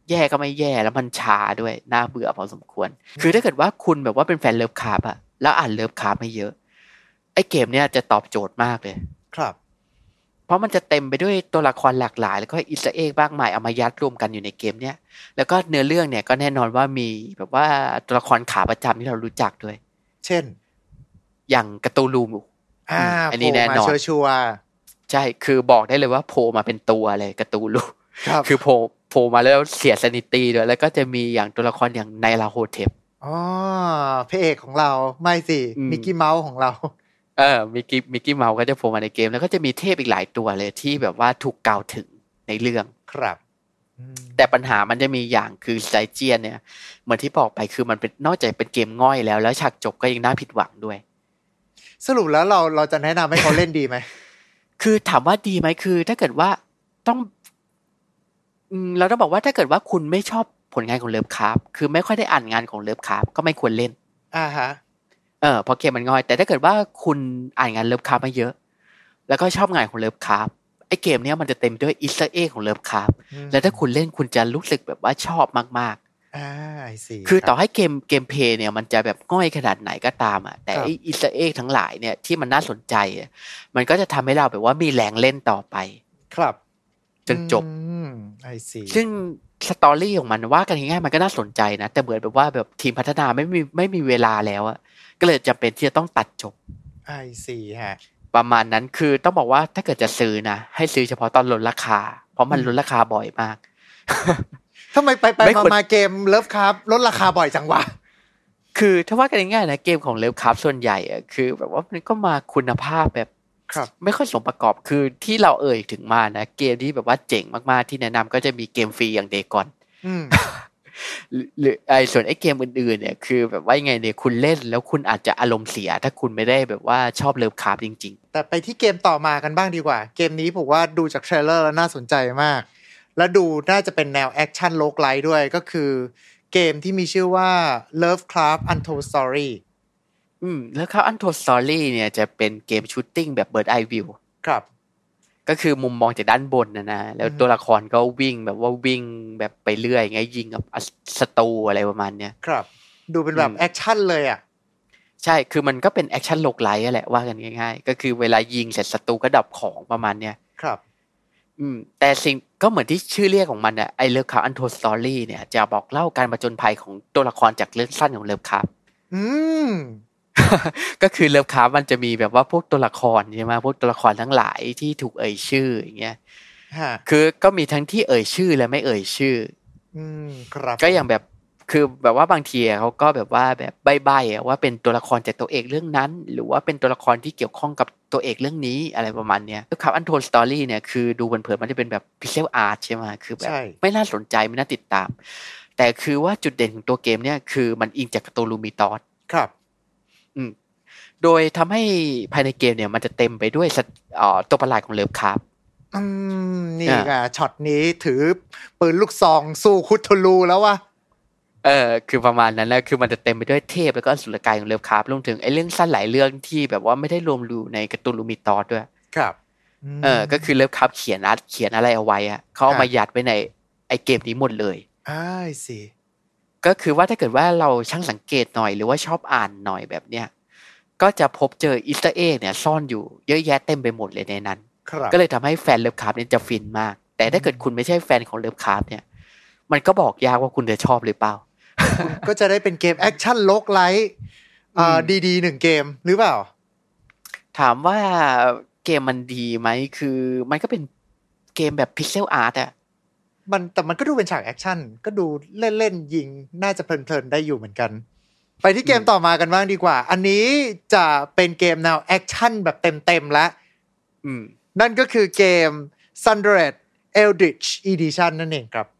แย่ก็ไม่แย่แล้วมันช้าด้วยน่าเบื่อพอสมควรคือถ้าเกิดว่าคุณแบบว่าเป็นแฟนเลิฟคราฟอะแล้วอ่านเลิฟคราฟไม่เยอะไอ้เกมเนี้ยจะตอบโจทย์มากเลยครับเพราะมันจะเต็มไปด้วยตัวละครหลากหลายแล้วก็อิสเอ็กบ้างใหม่เอามายัดรวมกันอยู่ในเกมเนี้ยแล้วก็เนื้อเรื่องเนี่ยก็แน่นอนว่ามีแบบว่าตัวละครขาประจำที่เรารู้จักด้วยเช่นอย่างกาตูลูอ่าอันนี้แน่นอนชัวร์ใช่คือบอกได้เลยว่าโผล่มาเป็นตัวเลยกาตูลูคือโผล่โผล่มาแล้วเสียซานิตี้ด้วยแล้วก็จะมีอย่างตัวละครอย่างไนลาโฮเทปอ๋อพระเอกของเราไม่สิมิกกี้เมาส์ของเราเออมิกกี้มิกกี้เมาส์ก็จะโผล่มาในเกมแล้วก็จะมีเทพอีกหลายตัวเลยที่แบบว่าถูกกล่าวถึงในเรื่องครับแต่ปัญหามันจะมีอย่างคือไซเจียนเนี่ยเหมือนที่บอกไปคือมันเป็นนอกจากเป็นเกมง่อยแล้วแล้วฉากจบก็ยังน่าผิดหวังด้วยสรุปแล้วเราเราจะแนะนำให้เขาเล่นดีไหมคือถามว่าดีไหมคือถ้าเกิดว่าต้องอืมเราต้องบอกว่าถ้าเกิดว่าคุณไม่ชอบผลงานของเลิฟคราฟคือไม่ค่อยได้อ่านงานของเลิฟคราฟก็ไม่ควรเล่นอ่าฮะเออเพราะเกมมันง่อยแต่ถ้าเกิดว่าคุณอ่านงานเลิฟคราฟมาเยอะแล้วก็ชอบงานของเลิฟคราฟไอ้เกมเนี้ยมันจะเต็มด้วยอีสเตอร์เอ็กของเลิฟคราฟแล้วถ้าคุณเล่นคุณจะรู้สึกแบบว่าชอบมากๆอ่าไอ้สิคือต่อให้เกมเกมเพลย์เนี่ยมันจะแบบง่อยขนาดไหนก็ตามอ่ะแต่ไอ้อีสเตอร์เอ็กทั้งหลายเนี่ยที่มันน่าสนใจมันก็จะทำให้เราแบบว่ามีแรงเล่นต่อไปครับจนจบไอ้สิซึ่งสตอรี่ของมันว่ากันง่ายๆมันก็น่าสนใจนะแต่เหมือนแบบว่าแบบทีมพัฒนาไม่มีไม่มีเวลาแล้วอะก็เลยจำเป็นที่จะต้องตัดจบไอ้สิฮะประมาณนั้นคือต้องบอกว่าถ้าเกิดจะซื้อนะให้ซื้อเฉพาะตอนลดราคาเพราะมันลดราคาบ่อยมากทำไมไปไปมาเกมเลิฟคราฟลดราคาบ่อยจังวะคือถ้าว่ากันง่ายๆนะเกมของเลิฟคราฟส่วนใหญ่อะคือแบบว่ามันก็มาคุณภาพแบบไม่ค่อยสมประกอบคือที่เราเอ่ยถึงมานะเกมที่แบบว่าเจ๋งมากๆที่แนะนำก็จะมีเกมฟรีอย่างเดกอนหรือไอ้ส่วนไอ้เกมอื่นๆเนี่ยคือแบบว่ายังไงเนี่ยคุณเล่นแล้วคุณอาจจะอารมณ์เสียถ้าคุณไม่ได้แบบว่าชอบเลิฟคราฟจริงๆแต่ไปที่เกมต่อมากันบ้างดีกว่าเกมนี้ผมว่าดูจากเทรลเลอร์แล้วน่าสนใจมากและดูน่าจะเป็นแนวแอคชั่นโลกไลท์ด้วยก็คือเกมที่มีชื่อว่า Lovecraft Untold Story อืมแล้วครับ Untold Story เนี่ยจะเป็นเกมชูตติ้งแบบ Bird Eye View ครับก็คือมุมมองจากด้านบนนะนะแล้วตัวละครก็วิ่งแบบว่าวิ่งแบบไปเรื่อยไงยิงกับศัตรูอะไรประมาณเนี้ยครับดูเป็นแบบแอคชั่นเลยอ่ะใช่คือมันก็เป็นแอคชั่นโลกไลท์แหละว่ากันง่ายๆก็คือเวลายิงเสร็จศัตรูก็ดับของประมาณเนี้ยครับอืมแต่สิ่งก็เหมือนที่ชื่อเรียกของมันเนี่ยไอ้เลิฟคราฟต์ Untold Story เนี่ยจะบอกเล่าการผจญภัยของตัวละครจากเรื่องสั้นของเลิฟคราฟต์อืมก็คือเลิฟคราฟต์มันจะมีแบบว่าพวกตัวละครใช่ไหมพวกตัวละครทั้งหลายที่ถูกเอ่ยชื่ออย่างเงี้ยคือก็มีทั้งที่เอ่ยชื่อและไม่เอ่ยชื่ออืมครับก็อย่างแบบคือแบบว่าบางทีเขาก็แบบว่าแบบใบ้ๆว่าเป็นตัวละครจากตัวเอกเรื่องนั้นหรือว่าเป็นตัวละครที่เกี่ยวข้องกับตัวเอกเรื่องนี้อะไรประมาณเนี้ยเลิฟคราฟต์ Untold Story เนี่ยคือดูเผินๆมันจะเป็นแบบ pixel art ใช่ไหมคือแบบไม่น่าสนใจไม่น่าติดตามแต่คือว่าจุดเด่นของตัวเกมเนี่ยคือมันอิงจากการ์ตูนลูมิตอสครับอืมโดยทำให้ภายในเกมเนี่ยมันจะเต็มไปด้วยตัวประหลาดของเลิฟคราฟต์อืมนี่ไงช็อตนี้ถือปืนลูกซองสู้คุทูลูแล้ววะเออคือประมาณนั้นแหละคือมันจะเต็มไปด้วยเทพแล้วก็อสุรกายของเลิฟคราฟต์รวมถึงไอ้เรื่องสั้นหลายเรื่องที่แบบว่าไม่ได้รวมอยู่ในการ์ตูนลูมิตอสด้วยครับเออก็คือเลิฟคราฟต์เขียนอาร์ตเขียนอะไรเอาไว้อะเขาเอามายัดไว้ในไอ้เกมนี้หมดเลยอ้ายสิก็คือว่าถ้าเกิดว่าเราช่างสังเกตหน่อยหรือว่าชอบอ่านหน่อยแบบเนี้ยก็จะพบเจออีสเตอร์เอ็กเนี่ยซ่อนอยู่เยอะแยะเต็มไปหมดเลยในนั้นก็เลยทำให้แฟนเลิฟคราฟต์เนี่ยจะฟินมากแต่ถ้าเกิดคุณไม่ใช่แฟนของเลิฟคราฟต์เนี่ยมันก็บอกยากว่าคุณจะชอบหรือเปล่าก็จะได้เป็นเกมแอคชั่นโลกไลท์อ่าดีๆหนึ่งเกมหรือเปล่าถามว่าเกมมันดีไหมคือมันก็เป็นเกมแบบพิกเซลอาร์ตอะมันแต่มันก็ดูเป็นฉากแอคชั่นก็ดูเล่นๆยิงน่าจะเพลินๆได้อยู่เหมือนกันไปที่เกมต่อมากันบ้างดีกว่าอันนี้จะเป็นเกมแนวแอคชั่นแบบเต็มๆแล้วนั่นก็คือเกม Sundered Eldritch Edition นั่นเองครับ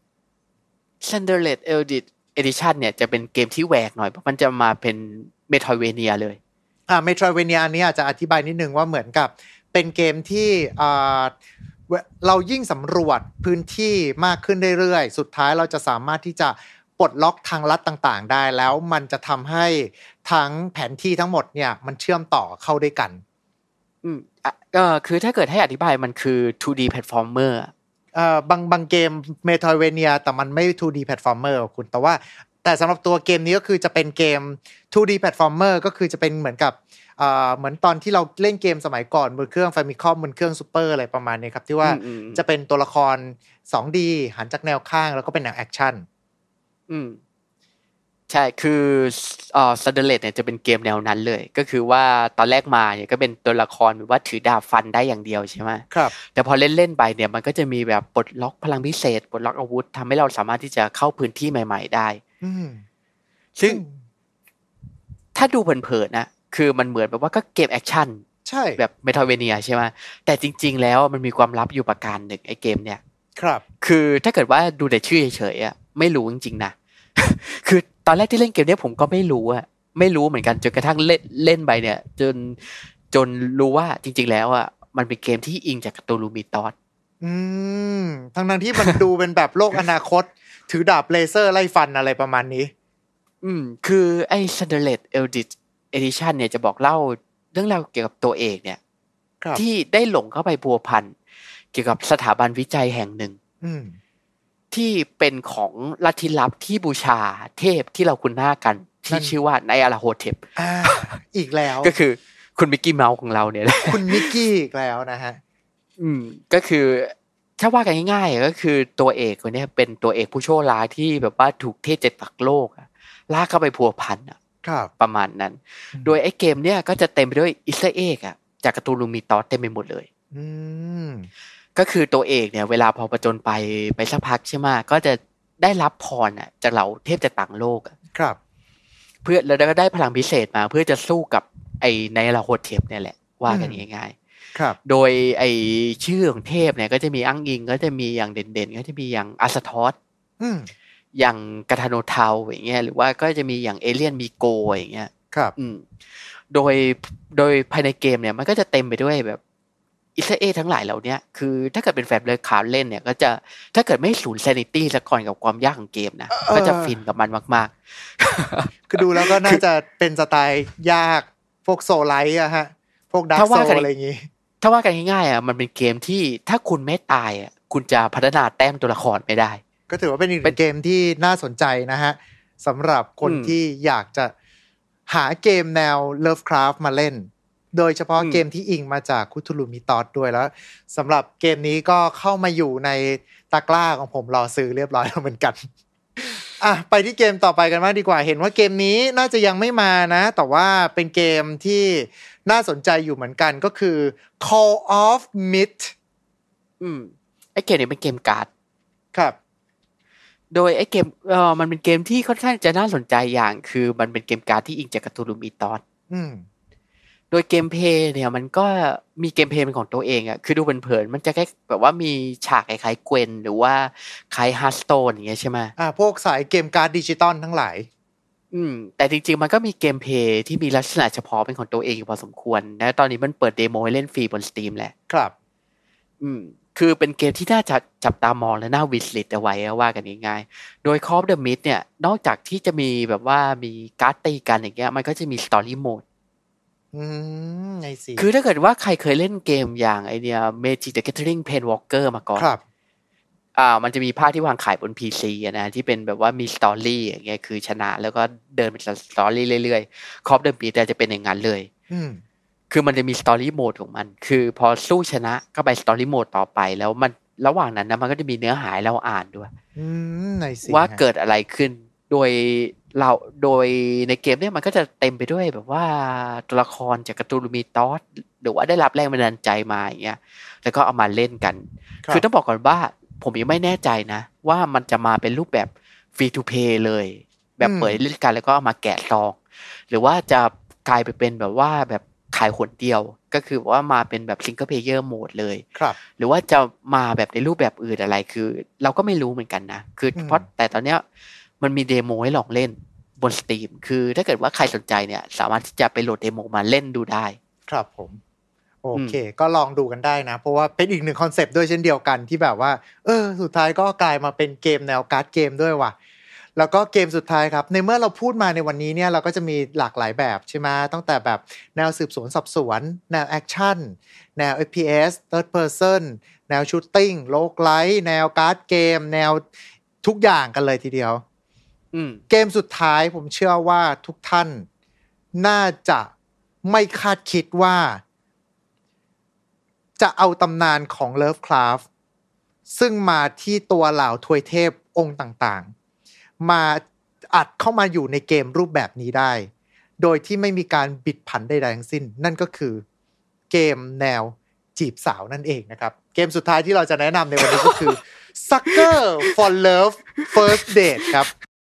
Sundered Eldritch Edition เนี่ยจะเป็นเกมที่แหวกหน่อยเพราะมันจะมาเป็น Metroidvania เลยอ่า Metroidvania นี้อาจจะอธิบายนิดนึงว่าเหมือนกับเป็นเกมที่อ่าเรายิ่งสำรวจพื้นที่มากขึ้นเรื่อยๆสุดท้ายเราจะสามารถที่จะปลดล็อกทางลัดต่างๆได้แล้วมันจะทำให้ทั้งแผนที่ทั้งหมดเนี่ยมันเชื่อมต่อเข้าด้วยกันอืมอ่ะก็คือถ้าเกิดให้อธิบายมันคือ ทู ดี platformer เอ่อบางบางเกม Metroidvania แต่มันไม่ ทู ดี platformer คุณแต่ว่าแต่สำหรับตัวเกมนี้ก็คือจะเป็นเกม ทู ดี platformer ก็คือจะเป็นเหมือนกับเอ่อเหมือนตอนที่เราเล่นเกมสมัยก่อนบนเครื่อง Famicom บนเครื่อง Super อะไรประมาณนี้ครับที่ว่าจะเป็นตัวละคร สอง ดี หันจากแนวข้างแล้วก็เป็นหนังแอคชั่นอืมใช่คืออ่า Sunderland เนี่ยจะเป็นเกมแนวนั้นเลยก็คือว่าตอนแรกมาเนี่ยก็เป็นตัวละครแบบว่าถือดาบฟันได้อย่างเดียวใช่ไหมครับแต่พอเล่นๆไปเนี่ยมันก็จะมีแบบปลดล็อกพลังพิเศษปลดล็อกอาวุธทำให้เราสามารถที่จะเข้าพื้นที่ใหม่ๆได้อืมซึ่งถ้าดูเผินๆนะคือมันเหมือนแบบว่าก็เกมแอคชั่นใช่แบบ Metroidvania ใช่ไหมแต่จริงๆแล้วมันมีความลับอยู่ประการหนึ่งไอ้เกมเนี่ยครับคือถ้าเกิดว่าดูแต่ชื่อเฉยๆอ่ะไม่รู้จริงๆนะคือตอนแรกที่เล่นเกมนี้ผมก็ไม่รู้อะไม่รู้เหมือนกันจนกระทั่งเล่นเล่นไปเนี่ยจนจนรู้ว่าจริงๆแล้วอะมันเป็นเกมที่อิงจากการ์ตูนลูมิตอสอืมทั้งนั้นที่มันดูเป็นแบบโลกอนาคตถือดาบเลเซอร์ไล่ฟันอะไรประมาณนี้อืมคือไอ้ Sunderland Eldritch Edition เนี่ยจะบอกเล่าเรื่องราวเกี่ยวกับตัวเอกเนี่ยที่ได้หลงเข้าไปพัวพันเกี่ยวกับสถาบันวิจัยแห่งหนึ่งที่เป็นของลัทธิลับที่บูชาเทพที่เราคุ้นหน้ากันที่ชื่อว่าไนอาราโฮเทปอ่าอีกแล้วก็คือคุณมิกกี้เมาส์ของเราเนี่ยคุณมิกกี้อีกแล้วนะฮะอืมก็คือถ้าว่ากันง่ายๆก็คือตัวเอกคนนี้เป็นตัวเอกผู้โชคร้ายที่แบบว่าถูกเทพเจ็ดตักโลกลากเข้าไปพัวพันอ่ะประมาณนั้นโดยไอ้เกมเนี่ยก็จะเต็มไปด้วยอีสเตอร์เอ็กอ่ะจากการ์ตูนลูมิตอสเต็มไปหมดเลยอืมก็คือตัวเอกเนี่ยเวลาพอประจนไปไปสักพักใช่ไหมก็จะได้รับพรอ่ะจากเหล่าเทพจากต่างโลกครับเพื่อแล้วก็ได้พลังพิเศษมาเพื่อจะสู้กับไอ้ในลาโฮเทปเนี่ยแหละว่ากันง่ายๆครับโดยไอ้ชื่อของเทพเนี่ยก็จะมีอ้างอิงก็จะมีอย่างเด่นๆก็จะมีอย่างอาสทอสอย่างกาทาโนเทาอย่างเงี้ยหรือว่าก็จะมีอย่างเอเลียนมีโกอย่างเงี้ยครับอืมโดยโดยภายในเกมเนี่ยมันก็จะเต็มไปด้วยแบบอิสราเอลทั้งหลายเหล่านี้คือถ้าเกิดเป็นแฟนเลยคาเล่นเนี่ยก็จะถ้าเกิดไม่สูญซานิตี้ซะก่อนกับความยากของเกมนะก็จะฟินกับมันมากๆคือดูแล้วก็น่าจะเป็นสไตล์ยากพวกโซไลท์อะฮะพวกดาร์กโซอะไรอย่างงี้ถ้าว่ากันง่ายๆอ่ะมันเป็นเกมที่ถ้าคุณไม่ตายอ่ะคุณจะพัฒนาแต้มตัวละครไม่ได้ก็ถือว่าเป็นอีกเกมที่น่าสนใจนะฮะสำหรับคนที่อยากจะหาเกมแนว Lovecraft มาเล่นโดยเฉพาะเกมที่อิงมาจากคุทูลูมิตอสด้วยแล้วสำหรับเกมนี้ก็เข้ามาอยู่ในตะกร้าของผมรอซื้อเรียบร้อยแล้วเหมือนกันอ่ะไปที่เกมต่อไปกันมากดีกว่าเห็นว่าเกมนี้น่าจะยังไม่มานะแต่ว่าเป็นเกมที่น่าสนใจอยู่เหมือนกันก็คือ Call of Myth อืมไอ้เกมนี้เป็นเกมการ์ดครับโดยไอ้เกมเอ่อมันเป็นเกมที่ค่อนข้างจะน่าสนใจอย่างคือมันเป็นเกมการ์ดที่อิงจากการ์ตูนลูมิตอสอืมโดยเกมเพลย์เนี่ยมันก็มีเกมเพลย์เป็นของตัวเองอ่ะคือดูเผินๆมันจะแค่แบบว่ามีฉากคล้ายๆเกวนหรือว่าคล้ายฮาร์สโตนอย่างเงี้ยใช่ไหมอ่าพวกสายเกมการ์ดดิจิตอลทั้งหลายอืมแต่จริงๆมันก็มีเกมเพลย์ที่มีลักษณะเฉพาะเป็นของตัวเองอยู่พอสมควรนะตอนนี้มันเปิดเดโมให้เล่นฟรีบน Steam แหละครับอืมคือเป็นเกมที่น่าจะจับตามองและน่าวิสลิตเอาไว้ว่ากันง่ายๆโดย Call of the Myth เนี่ยนอกจากที่จะมีแบบว่ามีการ์ดตีกันอย่างเงี้ยมันก็จะมีสตอรี่โหมดอืมไอซีคือถ้าเกิดว่าใครเคยเล่นเกมอย่างไอเนี้ย Magic the Gathering Planeswalker มาก่อนครับอ่ามันจะมีภาคที่วางขายบน พี ซี อ่ะนะที่เป็นแบบว่ามีสตอรี่อย่างเงี้ยคือชนะแล้วก็เดินเป็นสตอรี่เรื่อยๆ Call of the Myth จะเป็นอย่างนั้นเลยอืมคือมันจะมีสตอรี่โหมดของมันคือพอสู้ชนะก็ไปสตอรี่โหมดต่อไปแล้วมันระหว่างนั้นนะมันก็จะมีเนื้อหาให้เราอ่านด้วยอืมไอซีว่าเกิดอะไรขึ้นโดยเราโดยในเกมเนี่ยมันก็จะเต็มไปด้วยแบบว่าตัวละครจากการ์ตูนลูมิตอสหรือว่าได้รับแรงบันดาลใจมาอย่างเงี้ยแล้วก็เอามาเล่นกันคือต้องบอกก่อนว่าผมยังไม่แน่ใจนะว่ามันจะมาเป็นรูปแบบฟรีทูเพย์เลยแบบเปิดเล่นกันแล้วก็เอามาแกะซองหรือว่าจะกลายไปเป็นแบบว่าแบบขายหนเดียวก็คือว่ามาเป็นแบบซิงเกิลเพลเยอร์โหมดเลยหรือว่าจะมาแบบในรูปแบบอื่นอะไรคือเราก็ไม่รู้เหมือนกันนะคือเพราะแต่ตอนเนี้ยมันมีเดโมให้ลองเล่นบน Steam คือถ้าเกิดว่าใครสนใจเนี่ยสามารถที่จะไปโหลดเดโมมาเล่นดูได้ครับผมโอเคก็ลองดูกันได้นะเพราะว่าเป็นอีกหนึ่งคอนเซปต์ด้วยเช่นเดียวกันที่แบบว่าเออสุดท้ายก็กลายมาเป็นเกมแนวการ์ดเกมด้วยว่ะแล้วก็เกมสุดท้ายครับในเมื่อเราพูดมาในวันนี้เนี่ยเราก็จะมีหลากหลายแบบใช่ไหมตั้งแต่แบบแนวสืบสวนสอบสวนแนวแอคชั่นแนว เอฟ พี เอส third person แนวชูตติ้งโลกไลท์แนวการ์ดเกมแนวทุกอย่างกันเลยทีเดียวเกมสุดท้ายผมเชื่อว่าทุกท่านน่าจะไม่คาดคิดว่าจะเอาตำนานของ Lovecraft ซึ่งมาที่ตัวเหล่าทวยเทพองค์ต่างๆมาอัดเข้ามาอยู่ในเกมรูปแบบนี้ได้โดยที่ไม่มีการบิดผันใดๆทั้งสิ้นนั่นก็คือเกมแนวจีบสาวนั่นเองนะครับเกมสุดท้ายที่เราจะแนะนำในวันนี้ก็คือ Sucker for Love First Date ครับ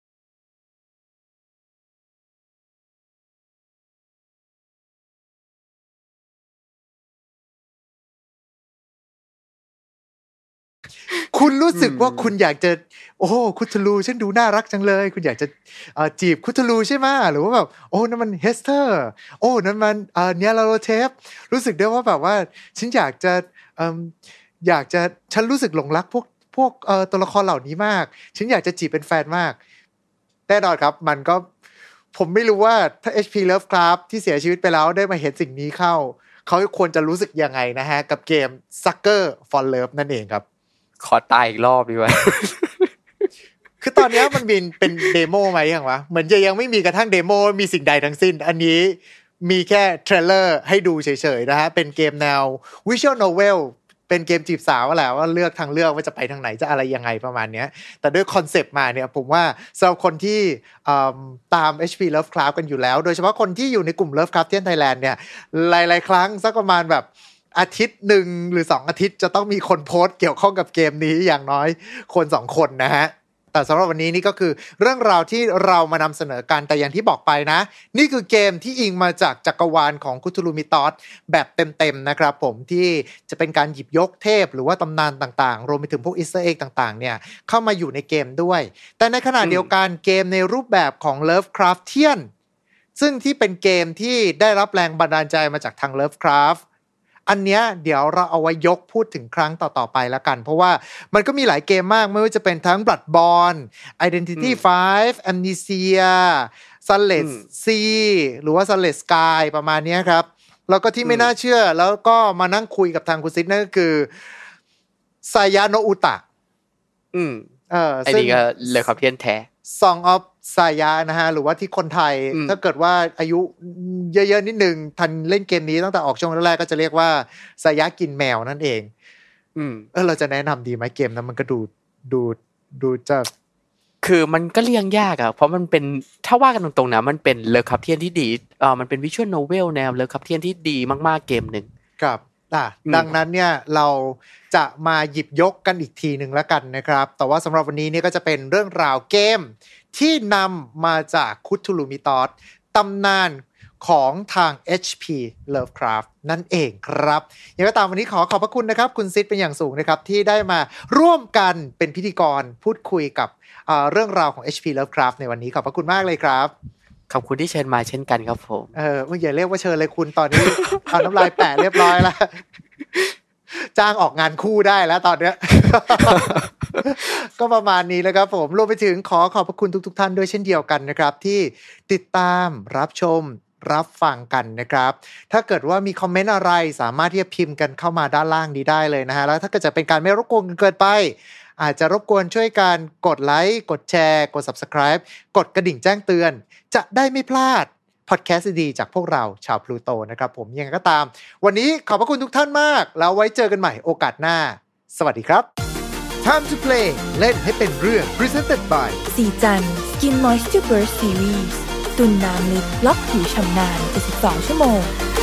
คุณรู้สึกว่าคุณอยากจะโอ้คุทลูฉันดูน่ารักจังเลยคุณอยากจะจีบคุทลูใช่ไหมหรือว่าแบบโอ้นั่นมันเฮสเตอร์โอ้นั่นมันเนียลาโรเทปรู้สึกได้ว่าแบบว่าฉันอยากจะอยากจะฉันรู้สึกหลงรักพวกพวกตัวละครเหล่านี้มากฉันอยากจะจีบเป็นแฟนมากแน่นอนครับมันก็ผมไม่รู้ว่าถ้า เอช พี Lovecraft ที่เสียชีวิตไปแล้วได้มาเห็นสิ่งนี้เข้าเขาควรจะรู้สึกยังไงนะฮะกับเกม Sucker for Love นั่นเองครับขอตายอีกรอบดีกว่าคือตอนนี้มันมีเป็นเดโมไหมยังวะเหมือนจะยังไม่มีกระทั่งเดโมมีสิ่งใดทั้งสิ้นอันนี้มีแค่เทรลเลอร์ให้ดูเฉยๆนะฮะเป็นเกมแนว Visual Novel เป็นเกมจีบสาวแหละว่าเลือกทางเลือกว่าจะไปทางไหนจะอะไรยังไงประมาณนี้แต่ด้วยคอนเซปต์มาเนี่ยผมว่าสำหรับคนที่ตาม เอช พี Lovecraft กันอยู่แล้วโดยเฉพาะคนที่อยู่ในกลุ่ม Lovecraftian Thailand เนี่ยหลายๆครั้งสักประมาณแบบอาทิตย์หนึ่งหรือสองอาทิตย์จะต้องมีคนโพสต์เกี่ยวข้องกับเกมนี้อย่างน้อยคนสองคนนะฮะแต่สำหรับวันนี้นี่ก็คือเรื่องราวที่เรามานำเสนอกันแต่อย่างที่บอกไปนะนี่คือเกมที่อิงมาจากจักรวาลของคุทูลูมิตอสแบบเต็มๆนะครับผมที่จะเป็นการหยิบยกเทพหรือว่าตำนานต่างๆรวมไปถึงพวกอีสเตอร์เอ็กต่างๆเนี่ยเข้ามาอยู่ในเกมด้วยแต่ในขณะเดียวกันเกมในรูปแบบของ Lovecraftian ซึ่งที่เป็นเกมที่ได้รับแรงบันดาลใจมาจากทาง Lovecraftอันเนี้ยเดี๋ยวเราเอาไว้ยกพูดถึงครั้งต่อๆไปแล้วกันเพราะว่ามันก็มีหลายเกมมากไม่ว่าจะเป็นทั้ง Bloodborne Identity ไฟว์ Amnesia Sunless Sea หรือว่า Sunless Sky ประมาณนี้ครับแล้วก็ที่ไม่น่าเชื่อแล้วก็มานั่งคุยกับทางคุณซิดนั่นก็คือไซยะโนอุตะอืมเออไอ้นี่ก็เลยครับเทียนแท้ Song of ไซยะนะฮะหรือว่าที่คนไทยถ้าเกิดว่าอายุเยอะๆนิดนึงทันเล่นเกมนี้ตั้งแต่ออกช่วงแรกๆก็จะเรียกว่าไซยะกินแมวนั่นเองอืมเออเราจะแนะนำดีไหมเกมนั้นมันก็ดูดูดูจะคือมันก็เรียงยากอ่ะเพราะมันเป็นถ้าว่ากันตรงๆนะมันเป็นเลอคับเทียนที่ดีอ่ามันเป็นวิชวลโนเวลแนวเลอคับเทียนที่ดีมากๆเกมนึงครับอ่ะดังนั้นเนี่ยเราจะมาหยิบยกกันอีกทีนึงแล้วกันนะครับแต่ว่าสำหรับวันนี้เนี่ยก็จะเป็นเรื่องราวเกมที่นำมาจากคุทูลูมิตอสตำนานของทาง เอช พี Lovecraft นั่นเองครับอย่างไรก็ตามวันนี้ขอขอบพระคุณนะครับคุณซิดเป็นอย่างสูงนะครับที่ได้มาร่วมกันเป็นพิธีกรพูดคุยกับเรื่องราวของ เอช พี Lovecraft ในวันนี้ขอบพระคุณมากเลยครับขอบคุณที่เชิญมาเช่นกันครับผมเอออย่าเรียกว่าเชิญเลยคุณตอนนี้ เอาน้ำลายแปะเรียบร้อยแล้วจ้างออกงานคู่ได้แล้วตอนเนี้ย ก็ประมาณนี้แล้วครับผมรวมไปถึงขอขอบพระคุณทุกๆท่านด้วยเช่นเดียวกันนะครับที่ติดตามรับชมรับฟังกันนะครับถ้าเกิดว่ามีคอมเมนต์อะไรสามารถที่จะพิมพ์กันเข้ามาด้านล่างนี้ได้เลยนะฮะแล้วถ้าเกิดจะเป็นการไม่รบกวนเกินไปอาจจะรบกวนช่วยกันกดไลค์กดแชร์กด Subscribe กดกระดิ่งแจ้งเตือนจะได้ไม่พลาดพอดแคสต์ดีจากพวกเราชาวพลูโตนะครับผมยังไงก็ตามวันนี้ขอบพระคุณทุกท่านมากแล้วไว้เจอกันใหม่โอกาสหน้าสวัสดีครับ Time to play เล่นให้เป็นเรื่อง Presented by สีจัน Skin Moisture Burst Series ตุ่นน้ำลึกล็อกผิวชำนานเจ็ดสิบสองชั่วโมง